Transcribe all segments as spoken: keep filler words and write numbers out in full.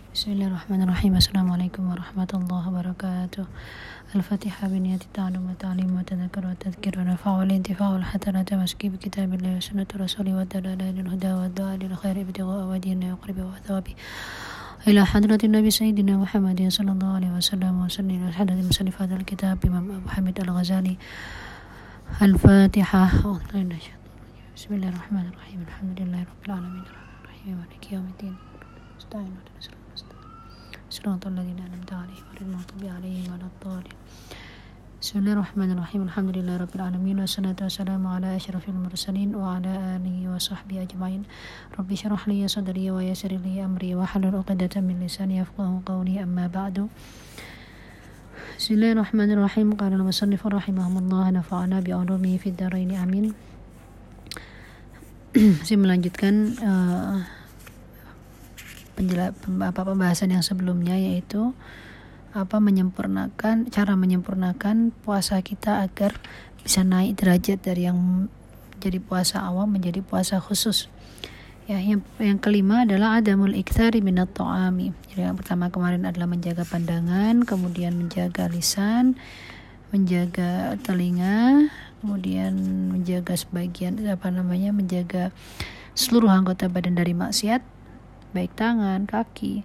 Bismillahirrahmanirrahim. Assalamualaikum warahmatullahi wabarakatuh. Al-Fatihah biniyati ta'alum wa ta'lim wa tadhakkur wa tadhkir wa nafa' wal intifa' wal hasanata maski bi kitabillahi wa sunnati rasuli wa dalala lil huda wa du'a lil khairi ibtigha wa dina wa qurbi wa thawabi ila hadratin nabi sayyidina Muhammadin sallallahu alaihi wasallam wa sallim ala hadratil musannifat al-kitab Imam Abu Hamid Al-Ghazali. Al-Fatihah. Bismillahirrahmanirrahim. Alhamdulillahirabbil alamin. Arrahmanirrahim. Maliki yaumiddin. Nasta'inu ihdinas siratal ladzina an'amta 'alaihim ghairil maghdubi 'alaihim waladdallin. Bismillahirrahmanirrahim. Alhamdulillahirabbil alamin wassalatu wassalamu ala asyrafil mursalin wa ala alihi wa sahbihi ajmain. Rabbi shrah li sadri wa yassir li amri wa hlul 'uqdatam min lisani yafqahu qawli, amma ba'du. Bismillahirrahmanirrahim. Qala al-musannif rahimahullah, nafa'ana bi 'ulumihi fid dharain, amin. Saya melanjutkan uh, penjela, apa pembahasan yang sebelumnya, yaitu apa menyempurnakan cara menyempurnakan puasa kita agar bisa naik derajat dari yang jadi puasa awam menjadi puasa khusus. Ya, yang, yang kelima adalah adamul iktsari minat ta'ami. Jadi yang pertama kemarin adalah menjaga pandangan, kemudian menjaga lisan, menjaga telinga, kemudian menjaga sebagian apa namanya menjaga seluruh anggota badan dari maksiat, baik tangan, kaki.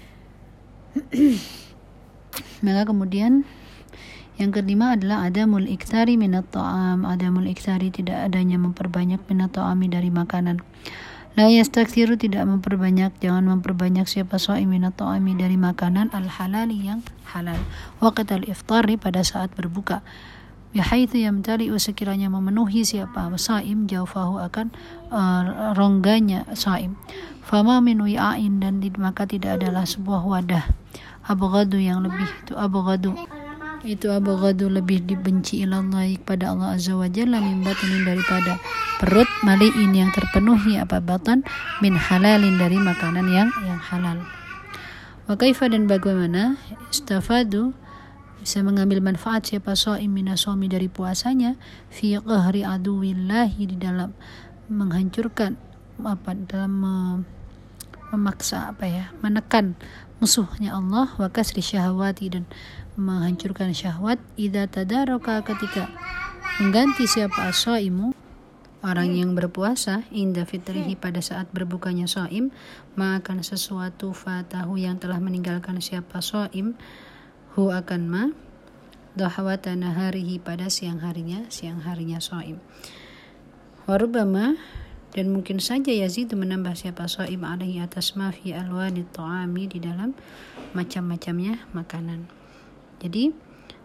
Maka kemudian yang kelima adalah adamul iktsari minat ta'am. Adamul iktsari, tidak adanya memperbanyak minat ta'ami dari makanan. La yastaksiru, tidak memperbanyak, jangan memperbanyak siapa shaim minat ta'ami dari makanan al halali yang halal. Waqtal iftari, pada saat berbuka. Bihaitsu yamtali'u, sekiranya memenuhi siapa shaim jaufahu akan uh, rongganya shaim. Fama min wi'ain, dan maka tidak adalah sebuah wadah abghadu, yang lebih itu abghadu itu abghadu lebih dibenci ilallah kepada Allah azza wa jalla min batinin, daripada perut, mali'in yang terpenuhi apa batan, min halalin dari makanan yang yang halal. Wa kaifa, dan bagaimana istafadu bisa mengambil manfaat siapa shaim minasawmi dari puasanya, fi qahri aduwillahi, di dalam menghancurkan apa dalam memaksa apa ya menekan musuhnya Allah, wa kasri syahwati, dan menghancurkan syahwat, idza tadaraka, ketika mengganti siapa shaimu orang yang berpuasa, inda fitrihi, pada saat berbukanya shaim, makan sesuatu fatahu yang telah meninggalkan siapa shaim, hu akan ma dahwata naharihi, pada siang harinya siang harinya shaim. Warubama, dan mungkin saja yazidu, menambah siapa shaim alaihi atas ma fi alwani ta'ami, di dalam macam-macamnya makanan. Jadi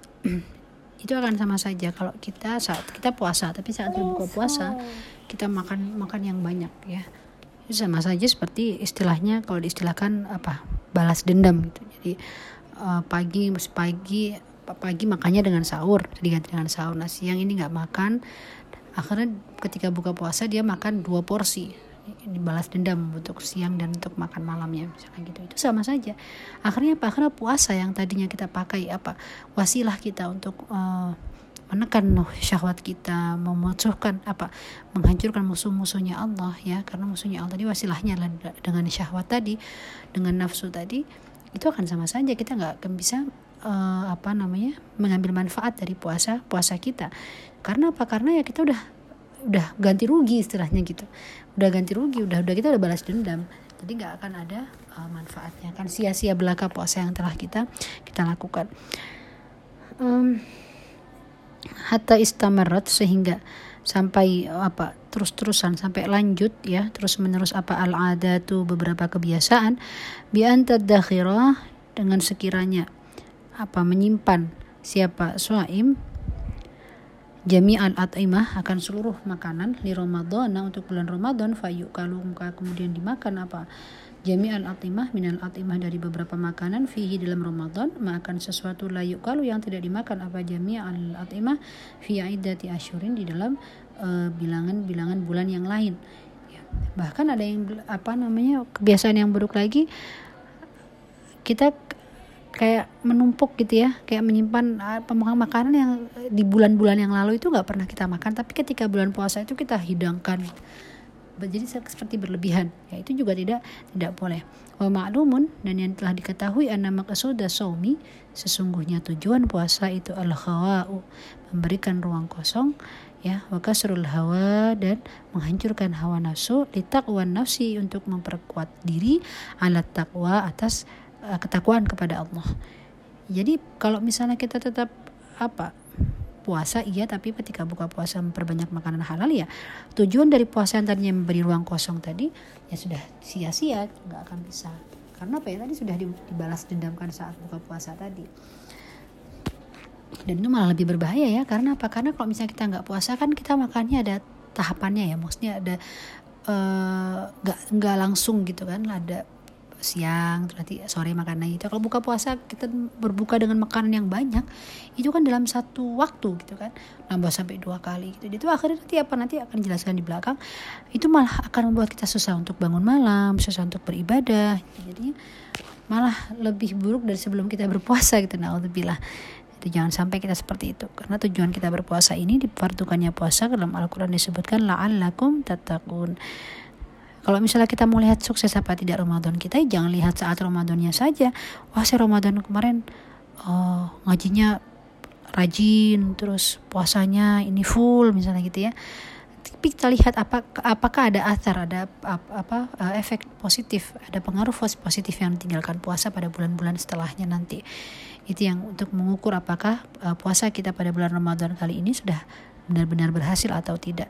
itu akan sama saja kalau kita saat kita puasa, tapi saat berbuka puasa kita makan makan yang banyak, ya itu sama saja seperti istilahnya kalau diistilahkan apa balas dendam gitu. Jadi uh, pagi pagi pagi makannya dengan sahur, diganti dengan sahur. Nah siang ini nggak makan, akhirnya ketika buka puasa dia makan dua porsi, dibalas dendam untuk siang dan untuk makan malamnya, misalkan gitu. Itu sama saja. Akhirnya apa? Akhirnya puasa yang tadinya kita pakai apa wasilah kita untuk uh, menekan syahwat kita, memusuhkan apa menghancurkan musuh-musuhnya Allah, ya, karena musuhnya Allah tadi wasilahnya adalah dengan syahwat tadi, dengan nafsu tadi, itu akan sama saja kita nggak akan bisa uh, apa namanya mengambil manfaat dari puasa puasa kita. Karena apa? Karena ya kita udah udah ganti rugi istilahnya gitu, udah ganti rugi, udah udah kita udah balas dendam, jadi nggak akan ada uh, manfaatnya, kan sia-sia belaka puasa yang telah kita kita lakukan. Um, hatta istamarrat, sehingga sampai apa terus-terusan, sampai lanjut, ya, terus menerus apa al-adatu, beberapa kebiasaan, bi antadakhira, dengan sekiranya apa menyimpan siapa shaim jami'al at'imah, akan seluruh makanan, li Ramadan, untuk bulan Ramadan, fayuk, kalau muka kemudian dimakan apa jami'al at'imah, minal at'imah, dari beberapa makanan, fihi, dalam Ramadan, makan sesuatu, layuk, kalau yang tidak dimakan apa jami'al at'imah fi iddati asyurin, di dalam uh, bilangan-bilangan bulan yang lain, ya. Bahkan ada yang apa namanya kebiasaan yang buruk lagi, kita kayak menumpuk gitu ya, kayak menyimpan apa makanan yang di bulan-bulan yang lalu itu nggak pernah kita makan, tapi ketika bulan puasa itu kita hidangkan. jadi seperti berlebihan, ya itu juga tidak tidak boleh. Wa ma'lumun, dan yang telah diketahui anna maqsuda shaumi, sesungguhnya tujuan puasa itu al-khawa'u, memberikan ruang kosong, ya, wa kasrul hawa, dan menghancurkan hawa nafsu, li taqwan nafsi, untuk memperkuat diri, ala taqwa, atas uh, ketakwaan kepada Allah. Jadi kalau misalnya kita tetap apa puasa iya, tapi ketika buka puasa memperbanyak makanan halal, ya tujuan dari puasa yang tadinya memberi ruang kosong tadi ya sudah sia-sia, nggak akan bisa. Karena apa ya, tadi sudah dibalas dendamkan saat buka puasa tadi. Dan itu malah lebih berbahaya ya, karena apa? Karena kalau misalnya kita nggak puasa kan kita makannya ada tahapannya ya, maksudnya ada nggak uh, nggak langsung gitu kan, ada siang, nanti sore makan lagi. Kalau buka puasa kita berbuka dengan makanan yang banyak, itu kan dalam satu waktu gitu kan, nambah sampai dua kali gitu. Itu akhirnya nanti apa nanti akan dijelaskan di belakang, itu malah akan membuat kita susah untuk bangun malam, susah untuk beribadah. Jadinya malah lebih buruk dari sebelum kita berpuasa gitu. Naudzubillah. Itu jangan sampai kita seperti itu, karena tujuan kita berpuasa ini, difardukannya puasa dalam Al-Quran disebutkan la'allakum tattaqun. Kalau misalnya kita mau lihat sukses apa tidak Ramadan kita, jangan lihat saat Ramadannya saja. Wah, saya Ramadan kemarin uh, ngajinya rajin, terus puasanya ini full misalnya gitu ya. Tapi kita lihat apa, apakah ada athar, ada apa, apa uh, efek positif, ada pengaruh positif yang ditinggalkan puasa pada bulan-bulan setelahnya nanti. Itu yang untuk mengukur apakah uh, puasa kita pada bulan Ramadan kali ini sudah benar-benar berhasil atau tidak.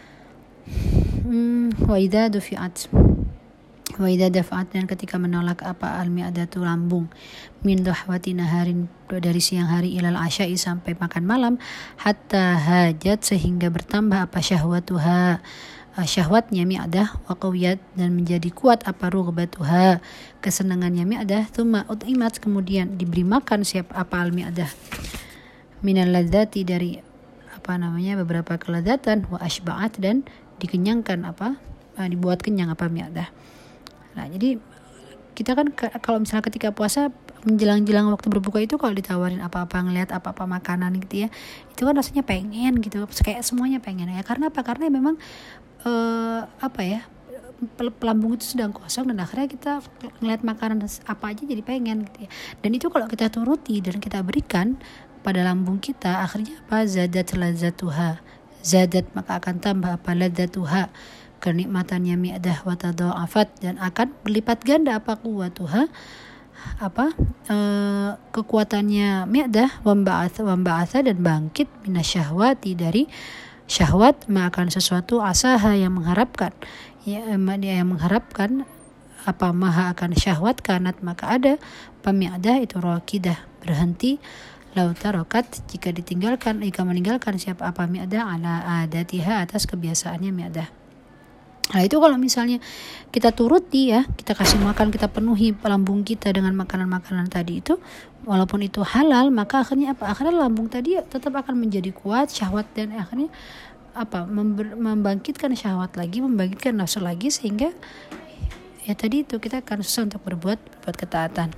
Hmm, wa idza dufi'at wa idza dafa'at, dan ketika menolak apa al-mi'adatu lambung, min duhwati naharin, dari siang hari, ilal asya'i, sampai makan malam, hatta hajat, sehingga bertambah apa syahwatuha, syahwatnya mi'adah, wa qawiyat, dan menjadi kuat apa rughbatuha, kesenangannya mi'adah, thumma ut'imat, kemudian diberi makan siap apa al-mi'adah, minal ladzati, dari apa namanya beberapa kelezatan, wa ashba'at, dan dikenyangkan apa uh, dibuat kenyang apa mi'adah. Nah, jadi kita kan ke, kalau misalnya ketika puasa menjelang-jelang waktu berbuka itu, kalau ditawarin apa-apa, ngelihat apa-apa makanan gitu ya, itu kan rasanya pengen gitu, kayak semuanya pengen ya. Karena apa? Karena memang uh, apa ya, lambung itu sedang kosong, dan akhirnya kita ngelihat makanan apa aja jadi pengen gitu ya. Dan itu kalau kita turuti dan kita berikan pada lambung kita, akhirnya apa? Zadat lazatuha, zadat, maka akan tambah apa ladzatuha, kenikmatannya mi'adah, wa tadha'afat, dan akan berlipat ganda apa quwwatuha, apa e, kekuatannya mi'adah, wa ba'atha, dan bangkit minasyahwati, dari syahwat, maka akan sesuatu asaha, yang mengharapkan, ya, dia yang mengharapkan apa maha akan syahwat, kanat, maka ada pemi'adah itu raqidah, berhenti, lau tarokat, jika ditinggalkan, jika meninggalkan siapa apa mi'adah, ala adatiha, atas kebiasaannya mi'adah. Nah, itu kalau misalnya kita turuti ya, kita kasih makan, kita penuhi lambung kita dengan makanan-makanan tadi itu, walaupun itu halal, maka akhirnya apa? Akhirnya lambung tadi tetap akan menjadi kuat, syahwat, dan akhirnya apa? Member, membangkitkan syahwat lagi, membangkitkan nafsu lagi, sehingga ya tadi itu kita akan susah untuk berbuat berbuat ketaatan.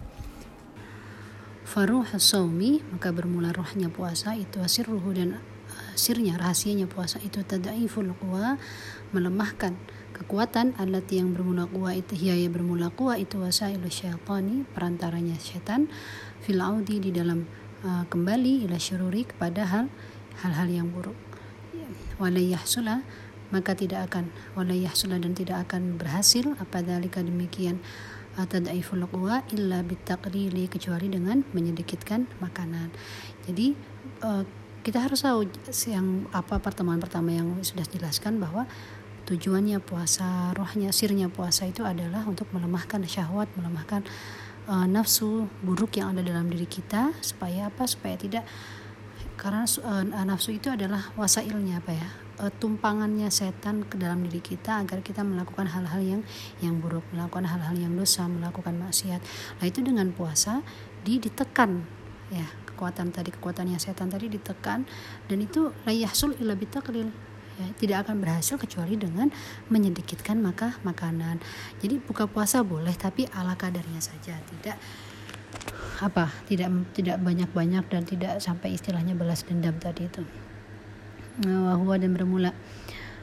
Faruh as-sawmi, maka bermula rohnya puasa itu, sirruhu, dan uh, sirnya, rahasianya puasa itu, tad'iful quwa, melemahkan kekuatan, allati, yang bermula quwa itu, hiya, yang bermula quwa itu, wasailu syaitani, perantaranya syaitan, fil audi, di dalam uh, kembali, ila syururi, kepada hal hal-hal yang buruk. Wala yahsula, maka tidak akan, wala yahsula, dan tidak akan berhasil apa dzalika, demikian tad'iful quwa, illa bitaqlili, kecuali dengan menyedikitkan makanan. Jadi uh, kita harus tahu yang apa pertemuan pertama yang sudah dijelaskan, bahwa tujuannya puasa, rohnya, sirnya puasa itu adalah untuk melemahkan syahwat, melemahkan uh, nafsu buruk yang ada dalam diri kita, supaya apa? Supaya tidak, karena uh, nafsu itu adalah wasailnya apa ya? tumpangannya setan ke dalam diri kita, agar kita melakukan hal-hal yang yang buruk, melakukan hal-hal yang dosa, melakukan maksiat. Nah, itu dengan puasa di ditekan ya, kekuatan tadi, kekuatannya setan tadi ditekan, dan itu la yahsul illa bitaqlil, ya, tidak akan berhasil kecuali dengan menyedikitkan maka makanan. Jadi buka puasa boleh, tapi ala kadarnya saja, tidak apa tidak tidak banyak-banyak, dan tidak sampai istilahnya balas dendam tadi itu. Wahwa, dan bermula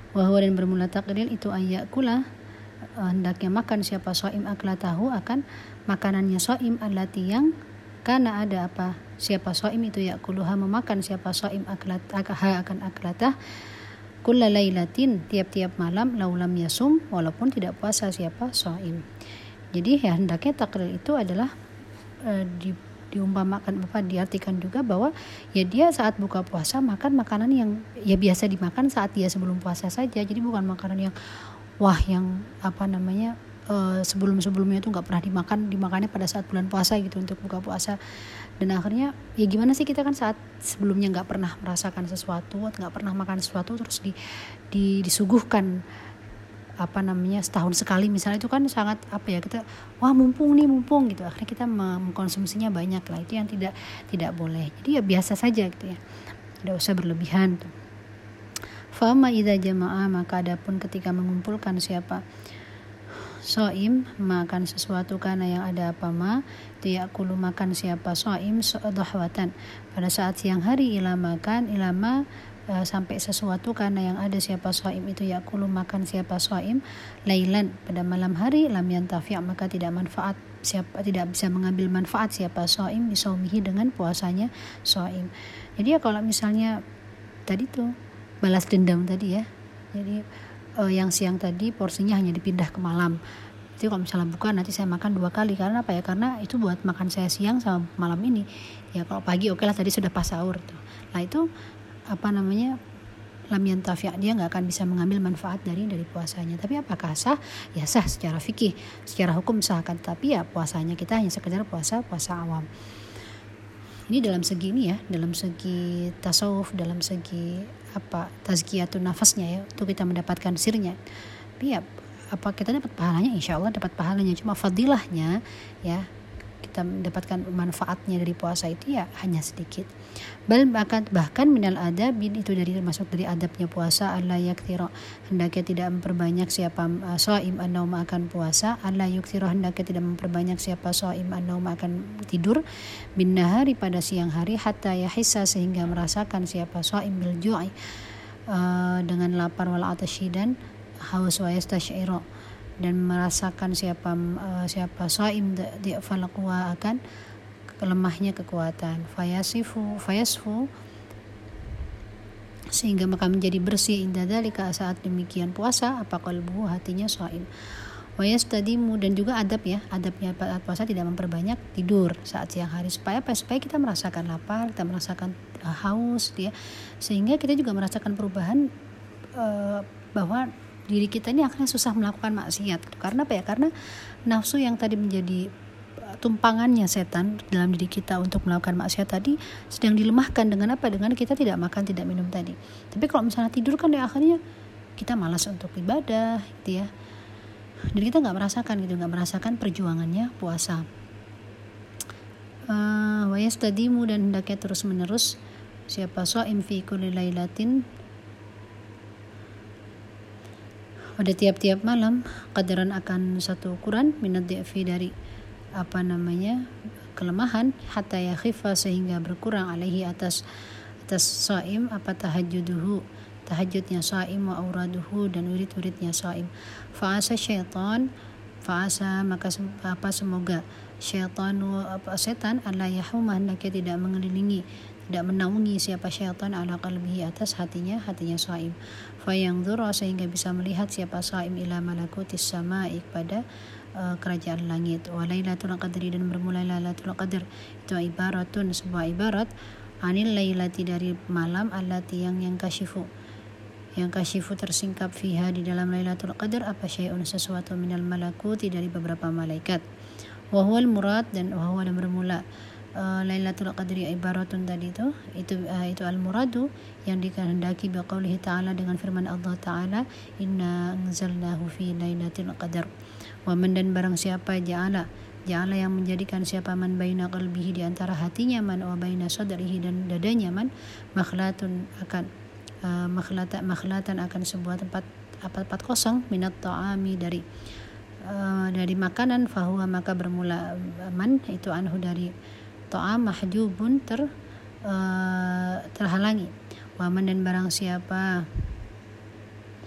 Wa huwa dan bermula takdir itu ayyakula hendaknya makan siapa shaim aklatahu akan makanannya shaim allati yang karena ada apa siapa shaim itu yakuluha memakan siapa shaim aklat akan aklatah kulla lailatin tiap-tiap malam laulam yasum walaupun tidak puasa siapa shaim. Jadi ya hendaknya takdir itu adalah e, di diumpamakan apa diartikan juga bahwa ya dia saat buka puasa makan makanan yang ya biasa dimakan saat dia sebelum puasa saja. Jadi bukan makanan yang wah yang apa namanya e, sebelum-sebelumnya itu nggak pernah dimakan dimakannya pada saat bulan puasa gitu untuk buka puasa. Dan akhirnya ya gimana sih kita kan saat sebelumnya nggak pernah merasakan sesuatu, nggak pernah makan sesuatu terus di, di disuguhkan apa namanya setahun sekali misalnya itu kan sangat apa ya kita wah mumpung nih mumpung gitu akhirnya kita mengkonsumsinya banyak lah itu yang tidak tidak boleh. Jadi ya biasa saja gitu ya, tidak usah berlebihan tuh. Fama idza jama'a maka adapun ketika mengumpulkan siapa shaim makan sesuatu karena yang ada apa ma itu yakulu makan siapa shaim dhahwatan pada saat siang hari ila makan ilama e, sampai sesuatu karena yang ada siapa shaim itu yakulu makan siapa shaim lailan pada malam hari lam yantafi' maka tidak manfaat siapa tidak bisa mengambil manfaat siapa shaim bisaumihi dengan puasanya shaim. Jadi ya kalau misalnya tadi tuh balas dendam tadi ya jadi uh, yang siang tadi porsinya hanya dipindah ke malam. Jadi kalau misalnya buka nanti saya makan dua kali karena apa ya karena itu buat makan saya siang sama malam ini. Ya kalau pagi oke okay lah tadi sudah pas sahur tuh. Nah itu apa namanya lam yantafi' dia nggak akan bisa mengambil manfaat dari dari puasanya. Tapi apakah sah? Ya sah secara fikih, secara hukum sah kan. Tapi ya puasanya kita hanya sekedar puasa puasa awam. Ini dalam segi ini ya, dalam segi tasawuf, dalam segi apa tazkiyatun nafasnya ya, untuk kita mendapatkan sirnya. Tapi ya apa kita dapat pahalanya? Insya Allah dapat pahalanya. Cuma fadilahnya ya kita mendapatkan manfaatnya dari puasa itu ya hanya sedikit. Bal bahkan bahkan minal adab itu dari termasuk dari adabnya puasa alla yakthira hendaknya tidak memperbanyak siapa uh, shaim an-naum akan puasa alla yakthira hendaknya tidak memperbanyak siapa shaim an-naum akan tidur bin nahari pada siang hari hatta yahissa sehingga merasakan siapa shaim bil ju'i uh, dengan lapar wal atashi dan haus wa yastashiru dan merasakan siapa uh, siapa shaim di falaqwa akan lemahnya kekuatan fayasifu fayasfu sehingga maka menjadi bersih inda dzalika saat demikian puasa apa qalbu hatinya shaim wa yastadimu dan juga adab ya adabnya puasa tidak memperbanyak tidur saat siang hari supaya apa supaya kita merasakan lapar kita merasakan uh, haus ya sehingga kita juga merasakan perubahan uh, bahwa diri kita ini akhirnya susah melakukan maksiat karena apa ya karena nafsu yang tadi menjadi tumpangannya setan dalam diri kita untuk melakukan maksiat tadi sedang dilemahkan dengan apa dengan kita tidak makan tidak minum tadi. Tapi kalau misalnya tidur kan ya akhirnya kita malas untuk ibadah gitu ya dan kita nggak merasakan gitu nggak merasakan perjuangannya puasa. Uh, wa yastadimu dan hendaknya terus menerus siapa shaim fi kulli lailatin pada tiap-tiap malam qadaran akan satu ukuran minad di'fi dari apa namanya kelemahan hatta yakhifa sehingga berkurang alaihi atas atas shaim apa tahajjuduhu tahajudnya shaim wa auraduhu dan wirid-wiridnya shaim fa'asa syaitan fa'asa maka apa semoga syaitan apa setan alla yahuma hendaknya tidak mengelilingi tidak menaungi siapa syaitan ala qalbihi atas hatinya hatinya shaim fa yanzura sehingga bisa melihat siapa shaim ila malakutis sama'i pada uh, kerajaan langit wa lailatul qadri dan bermula lailatul qadar itu ibaratun sebuah ibarat anil lailati dari malam allati yang yang kasyifu yang kasyifu tersingkap fiha di dalam lailatul qadar apa syai'un sesuatu minal malakuti dari beberapa malaikat wa huwal murad dan wa huwa dan bermula Uh, Lailatul Qadri ibaratun tadi itu itu uh, itu al-muradu yang dikehendaki biqaulihi ta'ala dengan firman Allah Ta'ala inna anzalnahu fi lailatul qadar wa man dan barang siapa ja'ala ja'ala yang menjadikan siapa man baina qalbihi di antara hatinya man wa baina sadrihi dan dadanya man makhlatun akan uh, makhlata makhlatan akan sebuah tempat apa tempat kosong minat ta'ami dari uh, dari makanan fahuwa maka bermula man itu anhu dari ta'am mahjubun ter uh, terhalangi waman dan barang siapa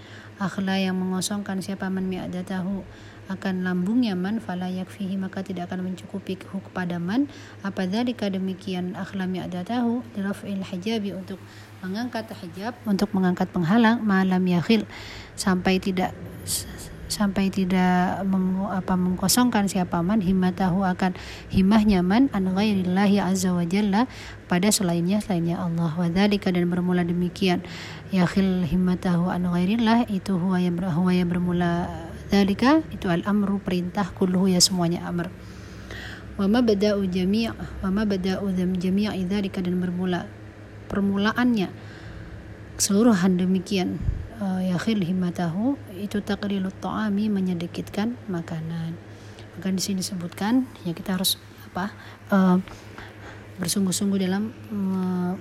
akhla yang mengosongkan siapa man mi'adatahu akan lambungnya man fala yakfihi maka tidak akan mencukupi kepada man apa dzalika demikian akhla mi'adatahu diraf'il hijabi untuk mengangkat hijab untuk mengangkat penghalang malam yakhil sampai tidak sampai tidak meng, apa mengkosongkan siapa man himmatahu akan himmahnya man an ghairillahi azza wa jalla pada selainnya selainnya Allah wa dzalika dan bermula demikian yakhil himmatahu an ghairillah itu huwa yang huwa yang bermula dzalika itu al-amru perintah kulluhu ya semuanya amr wa mabda'u jami' wa mabda'u jami'i dzalika dan bermula permulaannya keseluruhan demikian yakhil himmatahu itu taqlilut ta'ami menyedikitkan makanan. Maka di sini disebutkan ya kita harus apa uh, bersungguh-sungguh dalam uh,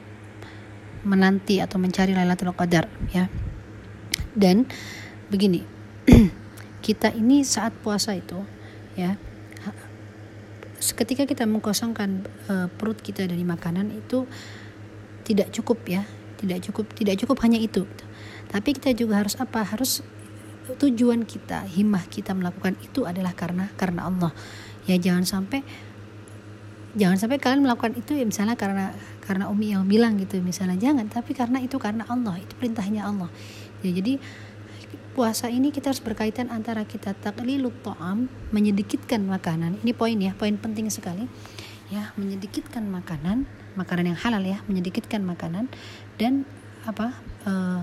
menanti atau mencari Lailatul Qadar ya. Dan begini kita ini saat puasa itu ya ketika kita mengkosongkan uh, perut kita dari makanan itu tidak cukup ya tidak cukup tidak cukup hanya itu. Tapi kita juga harus apa? Harus tujuan kita, himmah kita melakukan itu adalah karena karena Allah. Ya jangan sampai jangan sampai kalian melakukan itu ya misalnya karena karena Umi yang bilang gitu misalnya jangan, tapi karena itu karena Allah, itu perintahnya Allah. Ya, jadi puasa ini kita harus berkaitan antara kita taqlilut ta'am, menyedikitkan makanan. Ini poin ya, poin penting sekali. Ya, menyedikitkan makanan, makanan yang halal ya, menyedikitkan makanan dan apa? Uh,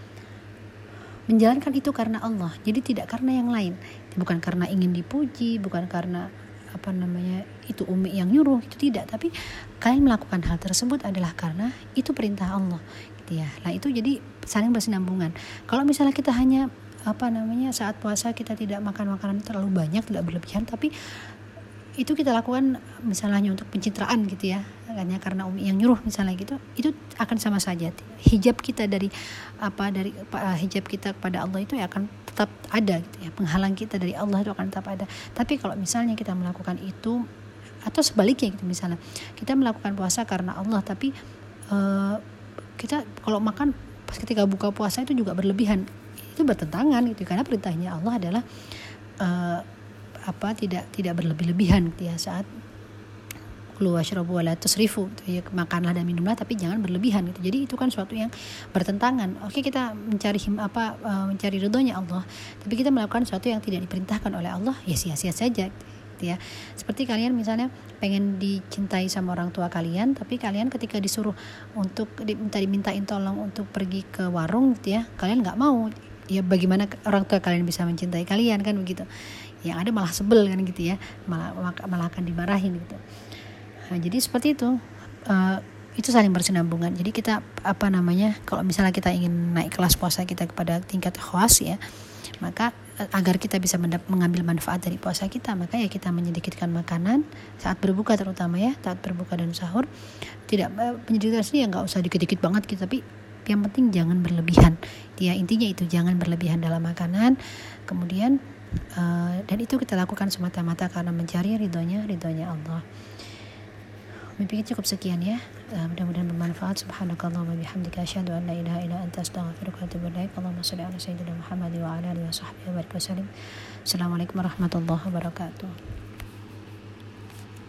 menjalankan itu karena Allah, jadi tidak karena yang lain, bukan karena ingin dipuji, bukan karena apa namanya itu Umi yang nyuruh, itu tidak, tapi kalian melakukan hal tersebut adalah karena itu perintah Allah, gitu ya. Nah itu jadi saling bersinambungan. Kalau misalnya kita hanya apa namanya saat puasa kita tidak makan makanan terlalu banyak, tidak berlebihan, tapi itu kita lakukan misalnya untuk pencitraan gitu ya, hanya karena Umi yang nyuruh misalnya gitu, itu akan sama saja. Hijab kita dari apa dari hijab kita kepada Allah itu ya akan tetap ada gitu ya, penghalang kita dari Allah itu akan tetap ada. Tapi kalau misalnya kita melakukan itu atau sebaliknya gitu, misalnya kita melakukan puasa karena Allah tapi uh, kita kalau makan pas ketika buka puasa itu juga berlebihan, itu bertentangan gitu, karena perintahnya Allah adalah uh, apa tidak tidak berlebih-lebihan gitu ya saat kulu washrabu wala tusrifu gitu ya, makanlah dan minumlah tapi jangan berlebihan gitu. Jadi itu kan suatu yang bertentangan. Oke, kita mencari him apa uh, mencari ridhonya Allah, tapi kita melakukan sesuatu yang tidak diperintahkan oleh Allah, ya sia-sia saja gitu ya. Seperti kalian misalnya pengen dicintai sama orang tua kalian, tapi kalian ketika disuruh untuk diminta dimintain tolong untuk pergi ke warung gitu ya, kalian nggak mau. Ya bagaimana orang tua kalian bisa mencintai kalian kan begitu. Yang ada malah sebel kan gitu ya, malah malah akan dimarahin gitu. Nah, jadi seperti itu, uh, itu saling bersinambungan. Jadi kita apa namanya, kalau misalnya kita ingin naik kelas puasa kita kepada tingkat khawas ya, maka uh, agar kita bisa mendap- mengambil manfaat dari puasa kita, maka ya kita menyedikitkan makanan saat berbuka terutama ya, saat berbuka dan sahur. Tidak uh, menyedikitkan sih ya nggak usah dikit-dikit banget gitu, tapi yang penting jangan berlebihan. Ya intinya itu, jangan berlebihan dalam makanan. Kemudian uh, dan itu kita lakukan semata-mata karena mencari ridhonya ridhonya Allah. Mungkin cukup sekian ya. Uh, mudah-mudahan bermanfaat. Subhanakallahumma bihamdika asyhadu an la ilaha illa anta astaghfiruka wa atubu ilaik. Allahumma shalli ala sayyidina Muhammad wa ala alihi wa sahbihi wa barik wasallim. Assalamualaikum warahmatullahi wabarakatuh.